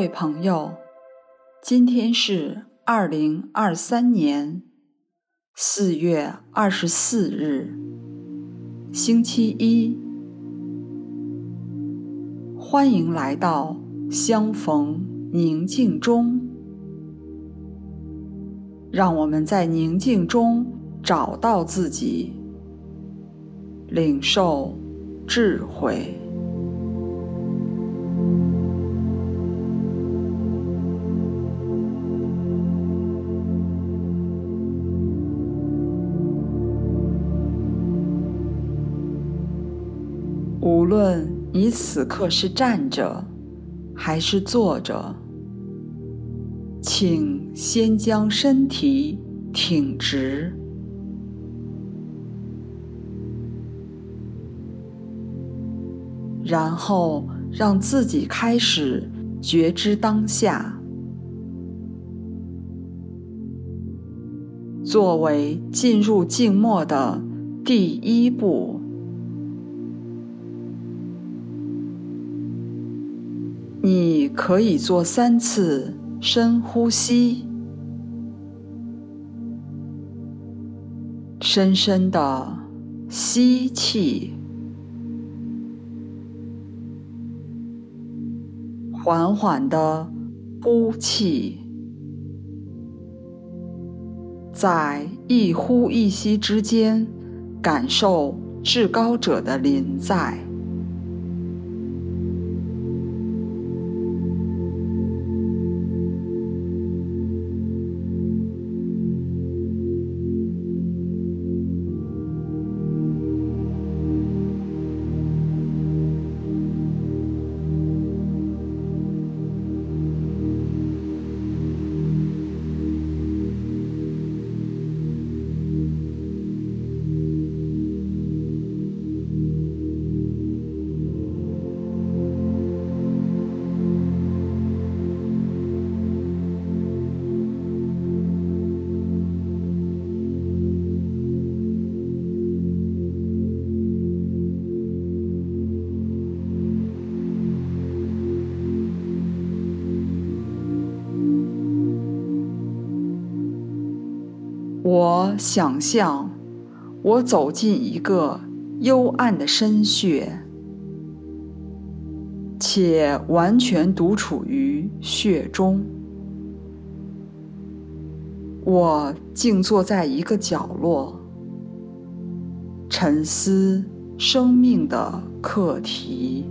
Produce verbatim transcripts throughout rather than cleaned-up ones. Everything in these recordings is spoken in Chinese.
位朋友，今天是二零二三年四月二十四日，星期一。欢迎来到相逢宁静中，让我们在宁静中找到自己，领受智慧。无论你此刻是站着还是坐着，请先将身体挺直，然后让自己开始觉知当下。作为进入静默的第一步，你可以做三次深呼吸，深深的吸气，缓缓的呼气，在一呼一吸之间，感受至高者的临在。我想象我走进一个幽暗的深穴，且完全独处于穴中。我静坐在一个角落，沉思生命的课题。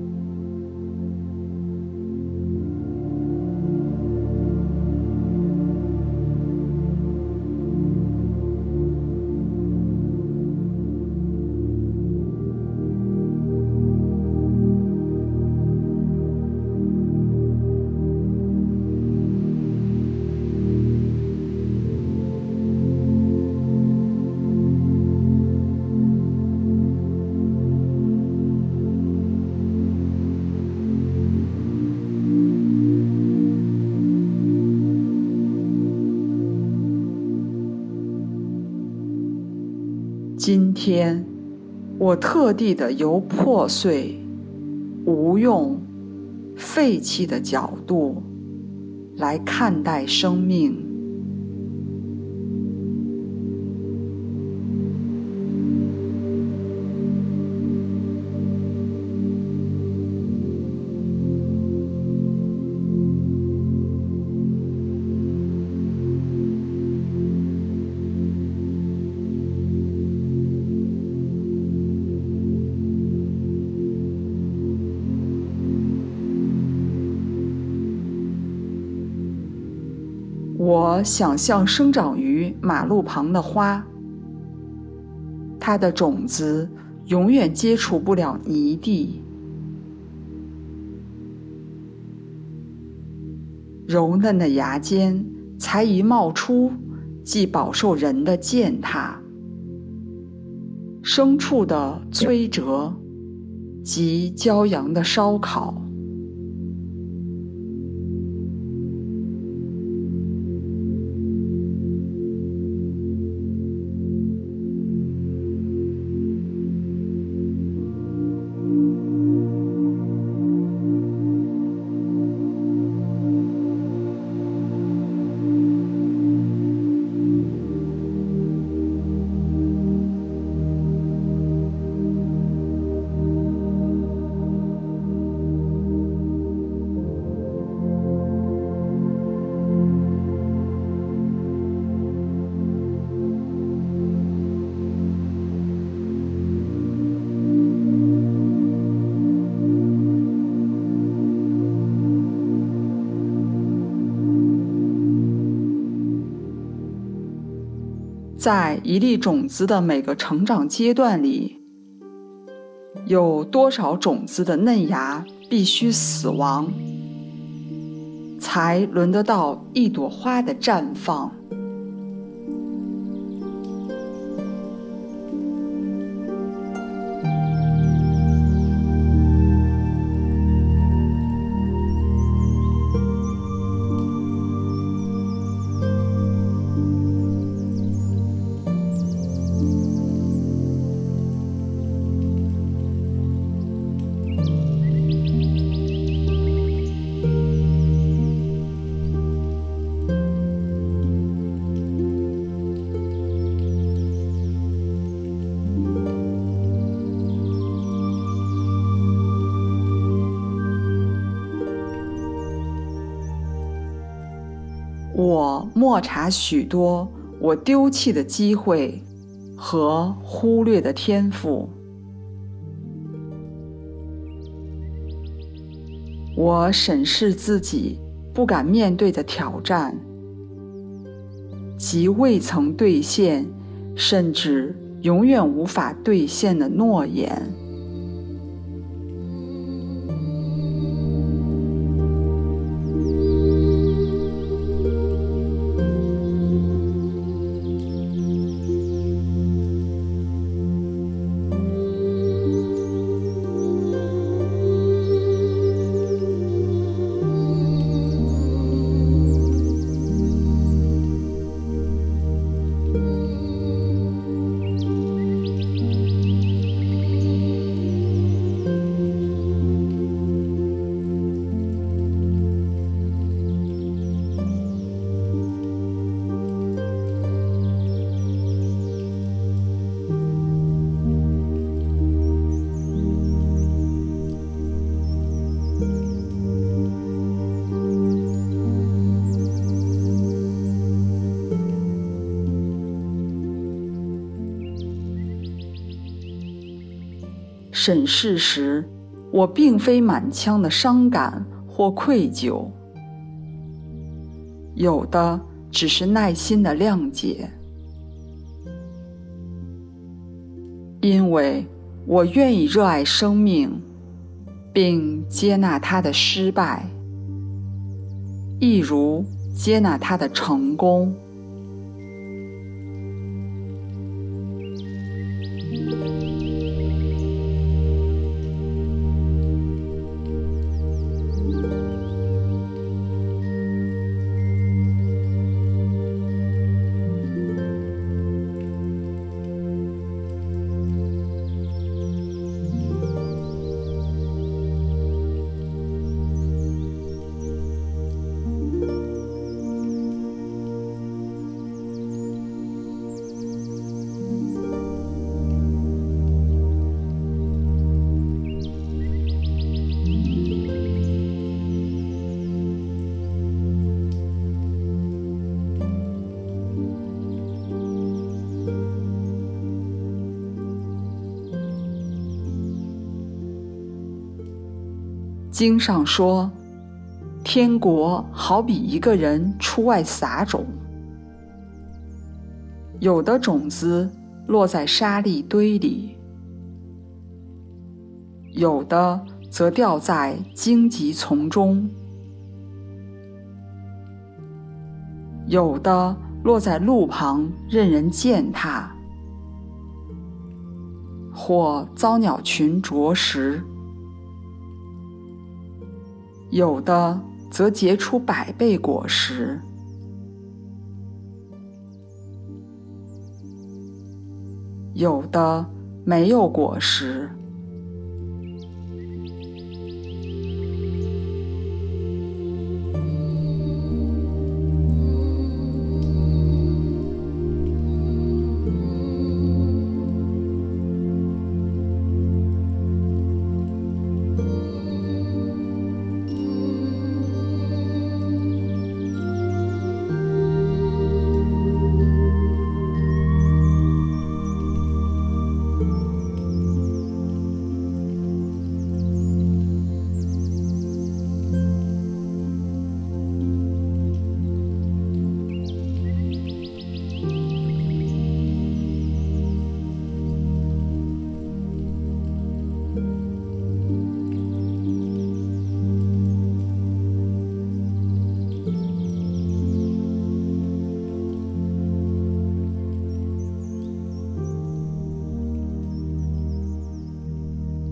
今天，我特地的由破碎、无用、废弃的角度来看待生命。我想象生长于马路旁的花，它的种子永远接触不了泥地，柔嫩的芽尖才一冒出，即饱受人的践踏，牲畜的摧折及骄阳的烧烤。 在一粒种子的每个成长阶段里，有多少种子的嫩芽必须死亡，才轮得到一朵花的绽放？我默察许多我丢弃的机会和忽略的天赋，我审视自己不敢面对的挑战及未曾兑现，甚至永远无法兑现的诺言。审视时，我并非满腔的伤感或愧疚，有的只是耐心的谅解，因为我愿意热爱生命，并接纳它的失败，一如接纳它的成功。经上说，天国好比一个人出外撒种，有的种子落在沙砾堆里，有的则掉在荆棘丛中，有的落在路旁任人践踏，或遭鸟群啄食，有的则结出百倍果实。有的没有果实。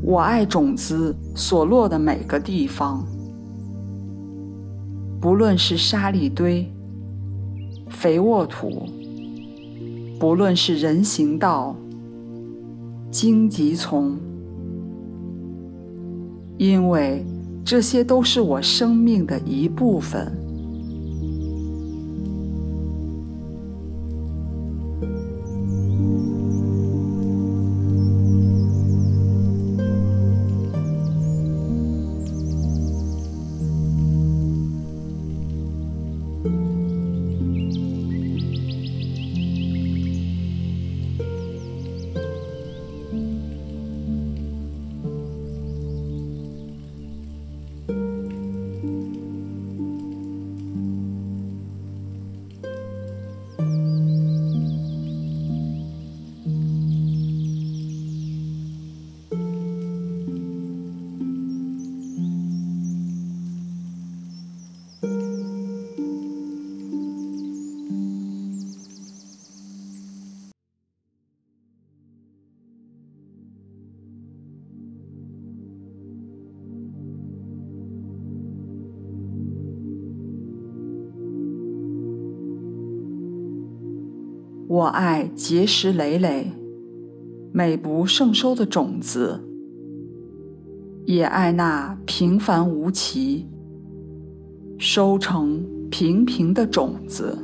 我爱种子所落的每个地方，不论是沙砾堆、肥沃土，不论是人行道、荆棘丛，因为这些都是我生命的一部分。我爱结实累累、美不胜收的种子，也爱那平凡无奇、收成平平的种子。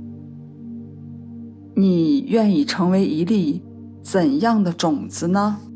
你愿意成为一粒怎样的种子呢？